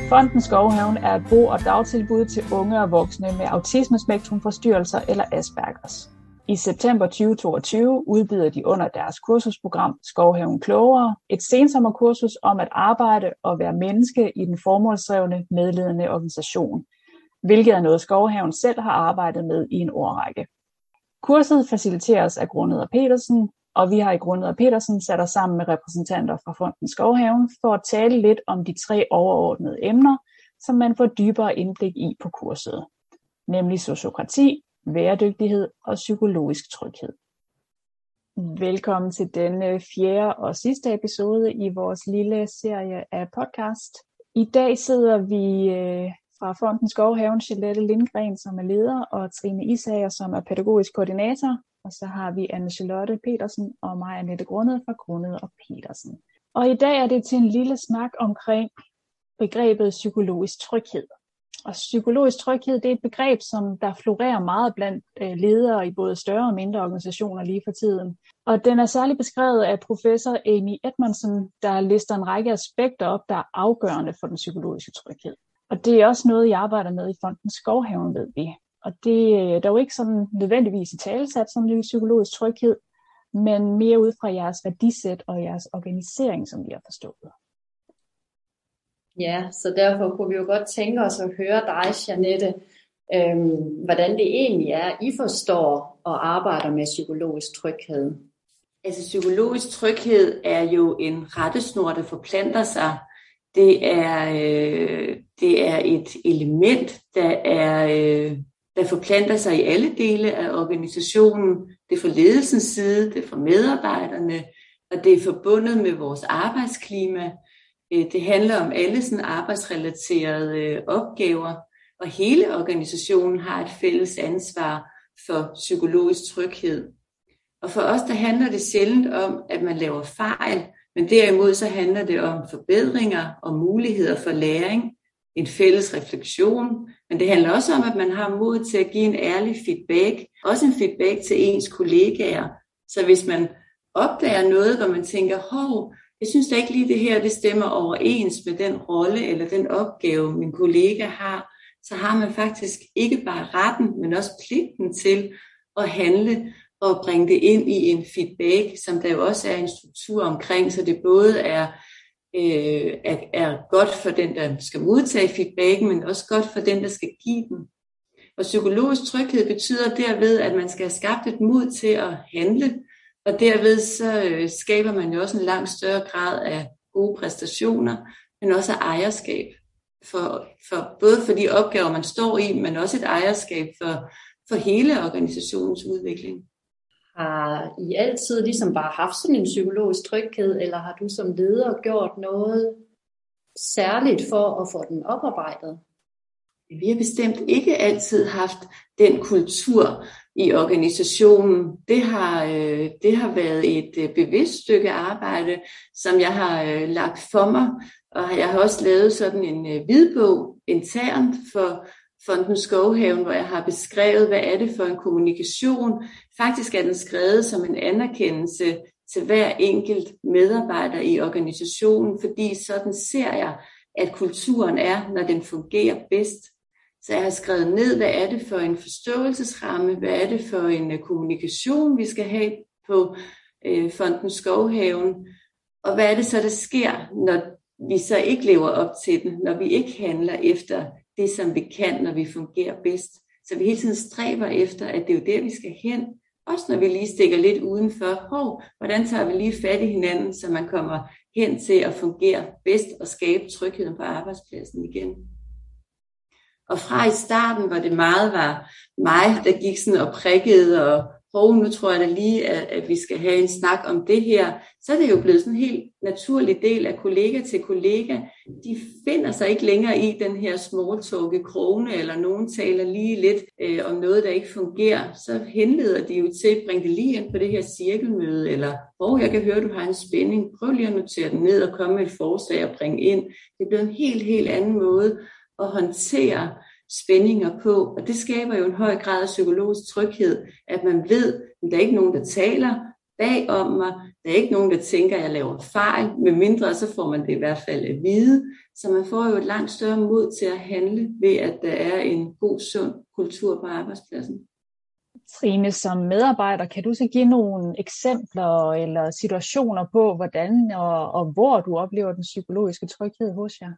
Fonden Skovhaven er et bo- og dagtilbud til unge og voksne med autismespektrumforstyrrelser eller Aspergers. I september 2022 udbyder de under deres kursusprogram Skovhaven Klogere et sensommerkursus om at arbejde og være menneske i den formålsdrevne medledende organisation, hvilket er noget Skovhaven selv har arbejdet med i en årrække. Kurset faciliteres af Grundeder Petersen, og vi har i Grundeder Petersen sat os sammen med repræsentanter fra Fonden Skovhaven for at tale lidt om de 3 overordnede emner, som man får dybere indblik i på kurset, nemlig sociokrati, bæredygtighed og psykologisk tryghed. Velkommen til denne 4. og sidste episode i vores lille serie af podcast. I dag sidder vi fra Fonden Skovhaven, Charlotte Lindgren, som er leder, og Trine Isager, som er pædagogisk koordinator. Og så har vi Anne-Charlotte Petersen og mig, Annette Grundeder fra Grundeder og Petersen. Og i dag er det til en lille snak omkring begrebet psykologisk tryghed. Og psykologisk tryghed, det er et begreb, som der florerer meget blandt ledere i både større og mindre organisationer lige for tiden. Og den er særligt beskrevet af professor Amy Edmondson, der lister en række aspekter op, der er afgørende for den psykologiske tryghed. Og det er også noget, jeg arbejder med i Fonden Skovhaven, ved vi. Og det er dog ikke sådan nødvendigvis i talesat som en psykologisk tryghed, men mere ud fra jeres værdisæt og jeres organisering, som vi har forstået. Ja, så derfor kunne vi jo godt tænke os at høre dig, Jeanette, hvordan det egentlig er, I forstår og arbejder med psykologisk tryghed. Altså psykologisk tryghed er jo en rettesnor, der forplanter sig. Det er et element, der forplanter sig i alle dele af organisationen. Det er fra ledelsens side, det er fra medarbejderne, og det er forbundet med vores arbejdsklima. Det handler om alle sådan arbejdsrelaterede opgaver, og hele organisationen har et fælles ansvar for psykologisk tryghed. Og for os, der handler det sjældent om, at man laver fejl, men derimod så handler det om forbedringer og muligheder for læring, en fælles refleksion, men det handler også om, at man har mod til at give en ærlig feedback, også en feedback til ens kollegaer. Så hvis man opdager noget, hvor man tænker, jeg synes da ikke lige det her, det stemmer overens med den rolle eller den opgave, min kollega har, så har man faktisk ikke bare retten, men også pligten til at handle og bringe det ind i en feedback, som der jo også er en struktur omkring, så det både er godt for den, der skal modtage feedbacken, men også godt for den, der skal give den. Og psykologisk tryghed betyder derved, at man skal have skabt et mod til at handle, og derved så skaber man jo også en langt større grad af gode præstationer, men også af ejerskab. Både for de opgaver, man står i, men også et ejerskab for hele organisationens udvikling. Har I altid ligesom bare haft sådan en psykologisk tryghed, eller har du som leder gjort noget særligt for at få den oparbejdet? Vi har bestemt ikke altid haft den kultur i organisationen. Det har været et bevidst stykke arbejde, som jeg har lagt for mig, og jeg har også lavet sådan en hvidbog internt for Fonden Skovhaven, hvor jeg har beskrevet, hvad er det for en kommunikation. Faktisk er den skrevet som en anerkendelse til hver enkelt medarbejder i organisationen, fordi sådan ser jeg, at kulturen er, når den fungerer bedst. Så jeg har skrevet ned, hvad er det for en forståelsesramme, hvad er det for en kommunikation, vi skal have på Fonden Skovhaven, og hvad er det så, der sker, når vi så ikke lever op til den, når vi ikke handler efter det, som vi kan, når vi fungerer bedst. Så vi hele tiden stræber efter, at det er jo der, vi skal hen. Også når vi lige stikker lidt udenfor. Hvordan tager vi lige fat i hinanden, så man kommer hen til at fungere bedst og skabe trygheden på arbejdspladsen igen. Og fra i starten, hvor det meget var mig, der gik sådan og prikkede, og nu tror jeg da lige, at vi skal have en snak om det her, så er det jo blevet sådan en helt naturlig del af kollega til kollega. De finder sig ikke længere i den her small talk i krone, eller nogen taler lige lidt om noget, der ikke fungerer. Så henleder de jo til at bringe det lige ind på det her cirkelmøde, eller jeg kan høre, du har en spænding. Prøv lige at notere den ned og komme med et forslag og bringe ind. Det er blevet en helt anden måde at håndtere spændinger på, og det skaber jo en høj grad af psykologisk tryghed, at man ved, at der er ikke nogen, der taler bag om mig. Der er ikke nogen, der tænker, at jeg laver fejl. Med mindre, så får man det i hvert fald at vide. Så man får jo et langt større mod til at handle ved, at der er en god, sund kultur på arbejdspladsen. Trine, som medarbejder, kan du så give nogle eksempler eller situationer på, hvordan og hvor du oplever den psykologiske tryghed hos jer?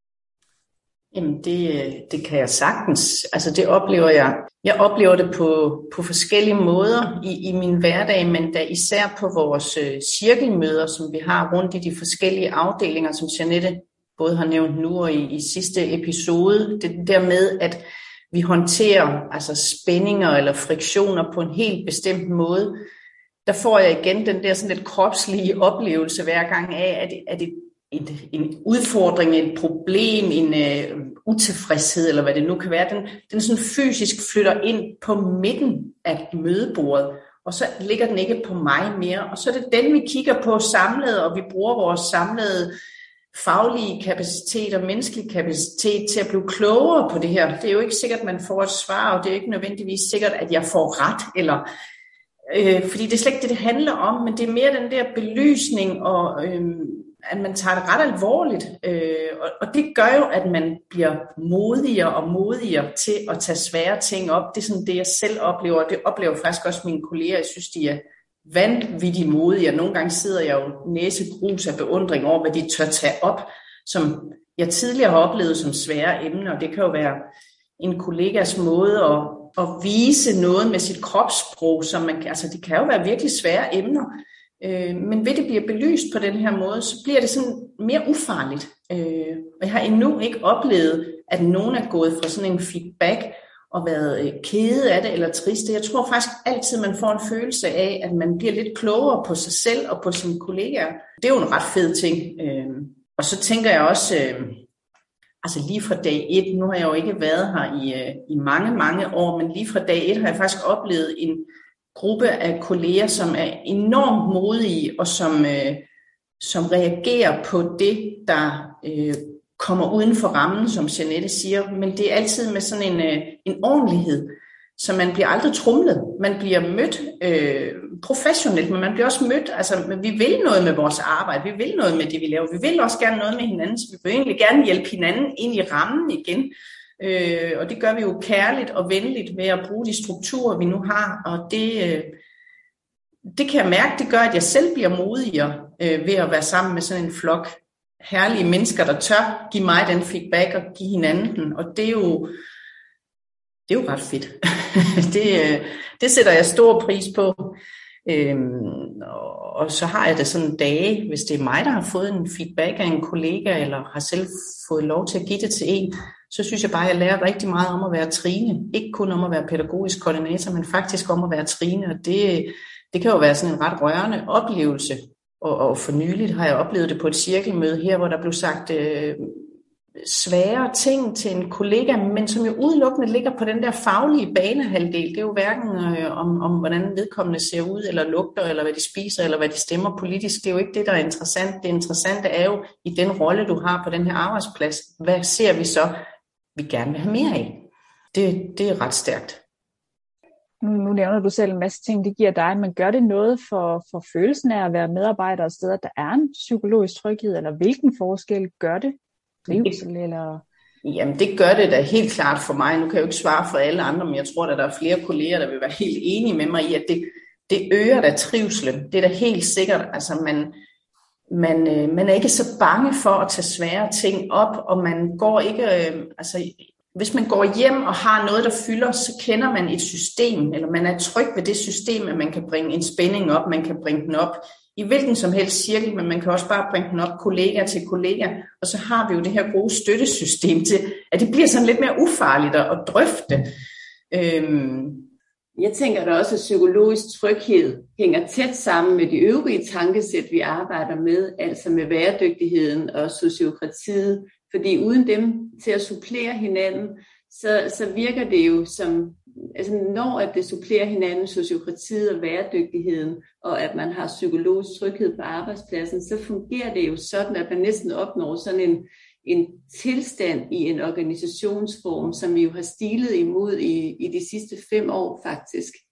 Jamen det kan jeg sagtens. Altså det oplever jeg. Jeg oplever det på forskellige måder i min hverdag, men da især på vores cirkelmøder, som vi har rundt i de forskellige afdelinger, som Jeanette både har nævnt nu og i sidste episode. Det der med, at vi håndterer altså spændinger eller friktioner på en helt bestemt måde. Der får jeg igen den der sådan lidt kropslige oplevelse hver gang af, at en udfordring, et problem, en utilfredshed, eller hvad det nu kan være, den sådan fysisk flytter ind på midten af mødebordet, og så ligger den ikke på mig mere. Og så er det den, vi kigger på samlet, og vi bruger vores samlede faglige kapacitet og menneskelig kapacitet til at blive klogere på det her. Det er jo ikke sikkert, at man får et svar, og det er ikke nødvendigvis sikkert, at jeg får ret, eller fordi det er slet ikke det handler om, men det er mere den der belysning, og at man tager det ret alvorligt, og det gør jo, at man bliver modigere og modigere til at tage svære ting op. Det er sådan det, jeg selv oplever, og det oplever faktisk også mine kolleger. Jeg synes, de er vanvittigt modige, og nogle gange sidder jeg jo næsegrus af beundring over, hvad de tør tage op, som jeg tidligere har oplevet som svære emner, og det kan jo være en kollegas måde at vise noget med sit kropssprog, som man, altså det kan jo være virkelig svære emner, men ved det bliver belyst på den her måde, så bliver det sådan mere ufarligt. Og jeg har endnu ikke oplevet, at nogen er gået fra sådan en feedback og været kede af det eller triste. Jeg tror faktisk altid, man får en følelse af, at man bliver lidt klogere på sig selv og på sine kollegaer. Det er jo en ret fed ting. Og så tænker jeg også, altså lige fra dag 1, nu har jeg jo ikke været her i mange, mange år, men lige fra dag 1 har jeg faktisk oplevet en gruppe af kolleger, som er enormt modige og som reagerer på det, der kommer uden for rammen, som Jeanette siger, men det er altid med sådan en ordentlighed, så man bliver aldrig tromlet. Man bliver mødt professionelt, men man bliver også mødt, altså vi vil noget med vores arbejde, vi vil noget med det, vi laver, vi vil også gerne noget med hinanden, så vi vil egentlig gerne hjælpe hinanden ind i rammen igen, og det gør vi jo kærligt og venligt ved at bruge de strukturer, vi nu har, og det kan jeg mærke, det gør, at jeg selv bliver modigere ved at være sammen med sådan en flok herlige mennesker, der tør give mig den feedback og give hinanden den, og det er jo ret fedt. det sætter jeg stor pris på. Og så har jeg det sådan dage, hvis det er mig, der har fået en feedback af en kollega, eller har selv fået lov til at give det til en, så synes jeg bare, at jeg lærer rigtig meget om at være Trine. Ikke kun om at være pædagogisk koordinator, men faktisk om at være Trine, og det kan jo være sådan en ret rørende oplevelse. Og for nyligt har jeg oplevet det på et cirkelmøde her, hvor der blev sagt svære ting til en kollega, men som jo udelukkende ligger på den der faglige banehalvdel. Det er jo hverken om hvordan vedkommende ser ud, eller lugter, eller hvad de spiser, eller hvad de stemmer politisk. Det er jo ikke det, der er interessant. Det interessante er jo i den rolle, du har på den her arbejdsplads. Hvad ser vi så, vi gerne vil have mere af? Det er ret stærkt. Nu nævner du selv en masse ting, det giver dig, men gør det noget for følelsen af at være medarbejder og steder, der er en psykologisk tryghed, eller hvilken forskel gør det? Trivsel, eller? Jamen det gør det da helt klart for mig. Nu kan jeg jo ikke svare for alle andre, men jeg tror, at der er flere kolleger, der vil være helt enige med mig i, at det øger da trivselen. Det er da helt sikkert. Altså man er ikke så bange for at tage svære ting op, og man går ikke, hvis man går hjem og har noget, der fylder, så kender man et system, eller man er tryg ved det system, at man kan bringe en spænding op, man kan bringe den op i hvilken som helst cirkel, men man kan også bare bringe den op kollega til kollega, og så har vi jo det her gode støttesystem til, at det bliver sådan lidt mere ufarligt at drøfte. Jeg tænker da også, at psykologisk tryghed hænger tæt sammen med de øvrige tankesæt, vi arbejder med, altså med bæredygtigheden og sociokratiet, fordi uden dem til at supplere hinanden, så virker det jo som, altså når at det supplerer hinanden, sociokratiet og bæredygtigheden, og at man har psykologisk tryghed på arbejdspladsen, så fungerer det jo sådan, at man næsten opnår sådan en tilstand i en organisationsform, som vi jo har stilet imod i de sidste 5 år faktisk.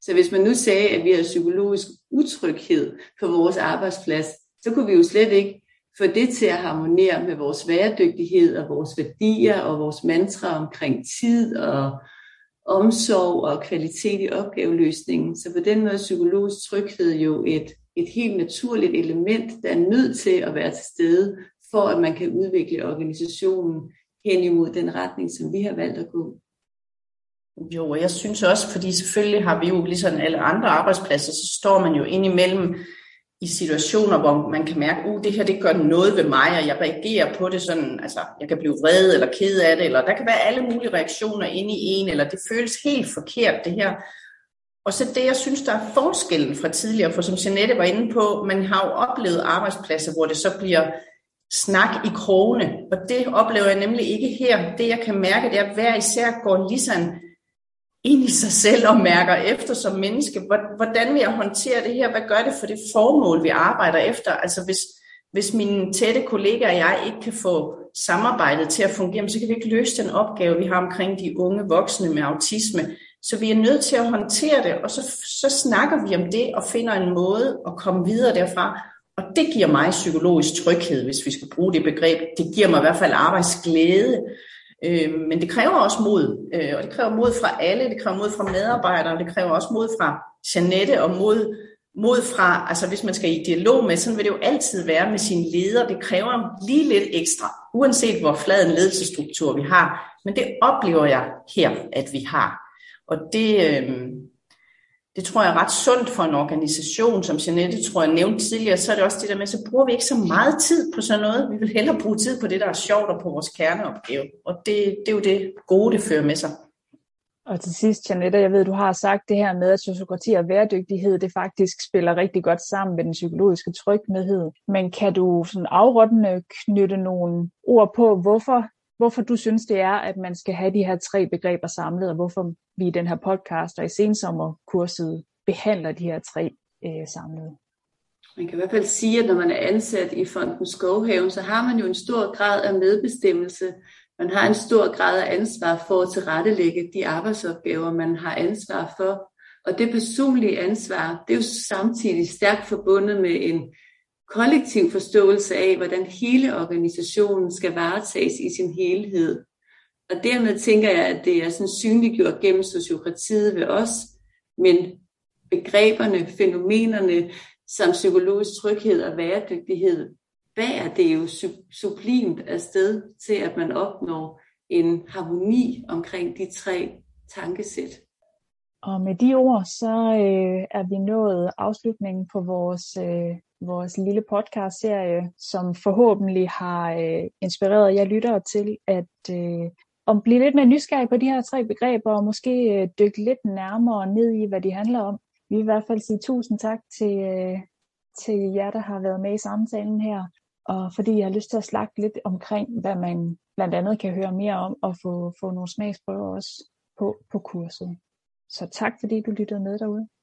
Så hvis man nu sagde, at vi havde psykologisk utryghed på vores arbejdsplads, så kunne vi jo slet ikke få det til at harmonere med vores bæredygtighed og vores værdier og vores mantra omkring tid og omsorg og kvalitet i opgaveløsningen. Så på den måde er psykologisk tryghed jo et helt naturligt element, der er nødt til at være til stede, for at man kan udvikle organisationen hen imod den retning, som vi har valgt at gå. Jo, og jeg synes også, fordi selvfølgelig har vi jo ligesom alle andre arbejdspladser, så står man jo indimellem i situationer, hvor man kan mærke, det her det gør noget ved mig, og jeg reagerer på det sådan, altså jeg kan blive vred eller ked af det, eller der kan være alle mulige reaktioner inde i en, eller det føles helt forkert det her. Og så det, jeg synes, der er forskellen fra tidligere, for som Jeanette var inde på, man har jo oplevet arbejdspladser, hvor det så bliver snak i krogene, og det oplever jeg nemlig ikke her. Det jeg kan mærke, det er, at hver især går ligesom ind i sig selv og mærker efter som menneske, hvordan vil jeg håndtere det her, hvad gør det for det formål, vi arbejder efter? Altså hvis mine tætte kollegaer og jeg ikke kan få samarbejdet til at fungere, så kan vi ikke løse den opgave, vi har omkring de unge voksne med autisme. Så vi er nødt til at håndtere det, og så snakker vi om det og finder en måde at komme videre derfra. Og det giver mig psykologisk tryghed, hvis vi skal bruge det begreb. Det giver mig i hvert fald arbejdsglæde. Men det kræver også mod, og det kræver mod fra alle, det kræver mod fra medarbejdere, det kræver også mod fra Jeanette og mod fra, altså hvis man skal i dialog med, sådan vil det jo altid være med sine ledere, det kræver lige lidt ekstra, uanset hvor flad en ledelsesstruktur vi har, men det oplever jeg her, at vi har. Og det tror jeg er ret sundt for en organisation, som Jeanette tror jeg nævnte tidligere, så er det også det der med, så bruger vi ikke så meget tid på sådan noget. Vi vil hellere bruge tid på det, der er sjovt og på vores kerneopgave. Og det er jo det gode, det fører med sig. Og til sidst, Jeanette, jeg ved, du har sagt det her med, at sociokrati og bæredygtighed, det faktisk spiller rigtig godt sammen med den psykologiske tryghed. Men kan du sådan afrundende knytte nogle ord på, hvorfor du synes, det er, at man skal have de her 3 begreber samlet, og hvorfor vi i den her podcast og i sensommerkurset behandler de her 3 samlet? Man kan i hvert fald sige, at når man er ansat i Fonden Skovhaven, så har man jo en stor grad af medbestemmelse. Man har en stor grad af ansvar for at tilrettelægge de arbejdsopgaver, man har ansvar for. Og det personlige ansvar, det er jo samtidig stærkt forbundet med en kollektiv forståelse af, hvordan hele organisationen skal varetages i sin helhed. Og dermed tænker jeg, at det er sådan synliggjort gennem sociokratiet ved os, men begreberne, fænomenerne som psykologisk tryghed og bæredygtighed, bærer det jo sublimt afsted til, at man opnår en harmoni omkring de 3 tankesæt. Og med de ord, så er vi nået afslutningen på vores lille podcast-serie, som forhåbentlig har inspireret jer lyttere til at blive lidt mere nysgerrige på de her 3 begreber, og måske dykke lidt nærmere ned i, hvad de handler om. Vi vil i hvert fald sige tusind tak til jer, der har været med i samtalen her, og fordi jeg har lyst til at snakke lidt omkring, hvad man blandt andet kan høre mere om, og få nogle smagsprøver også på kurset. Så tak fordi du lyttede med derude.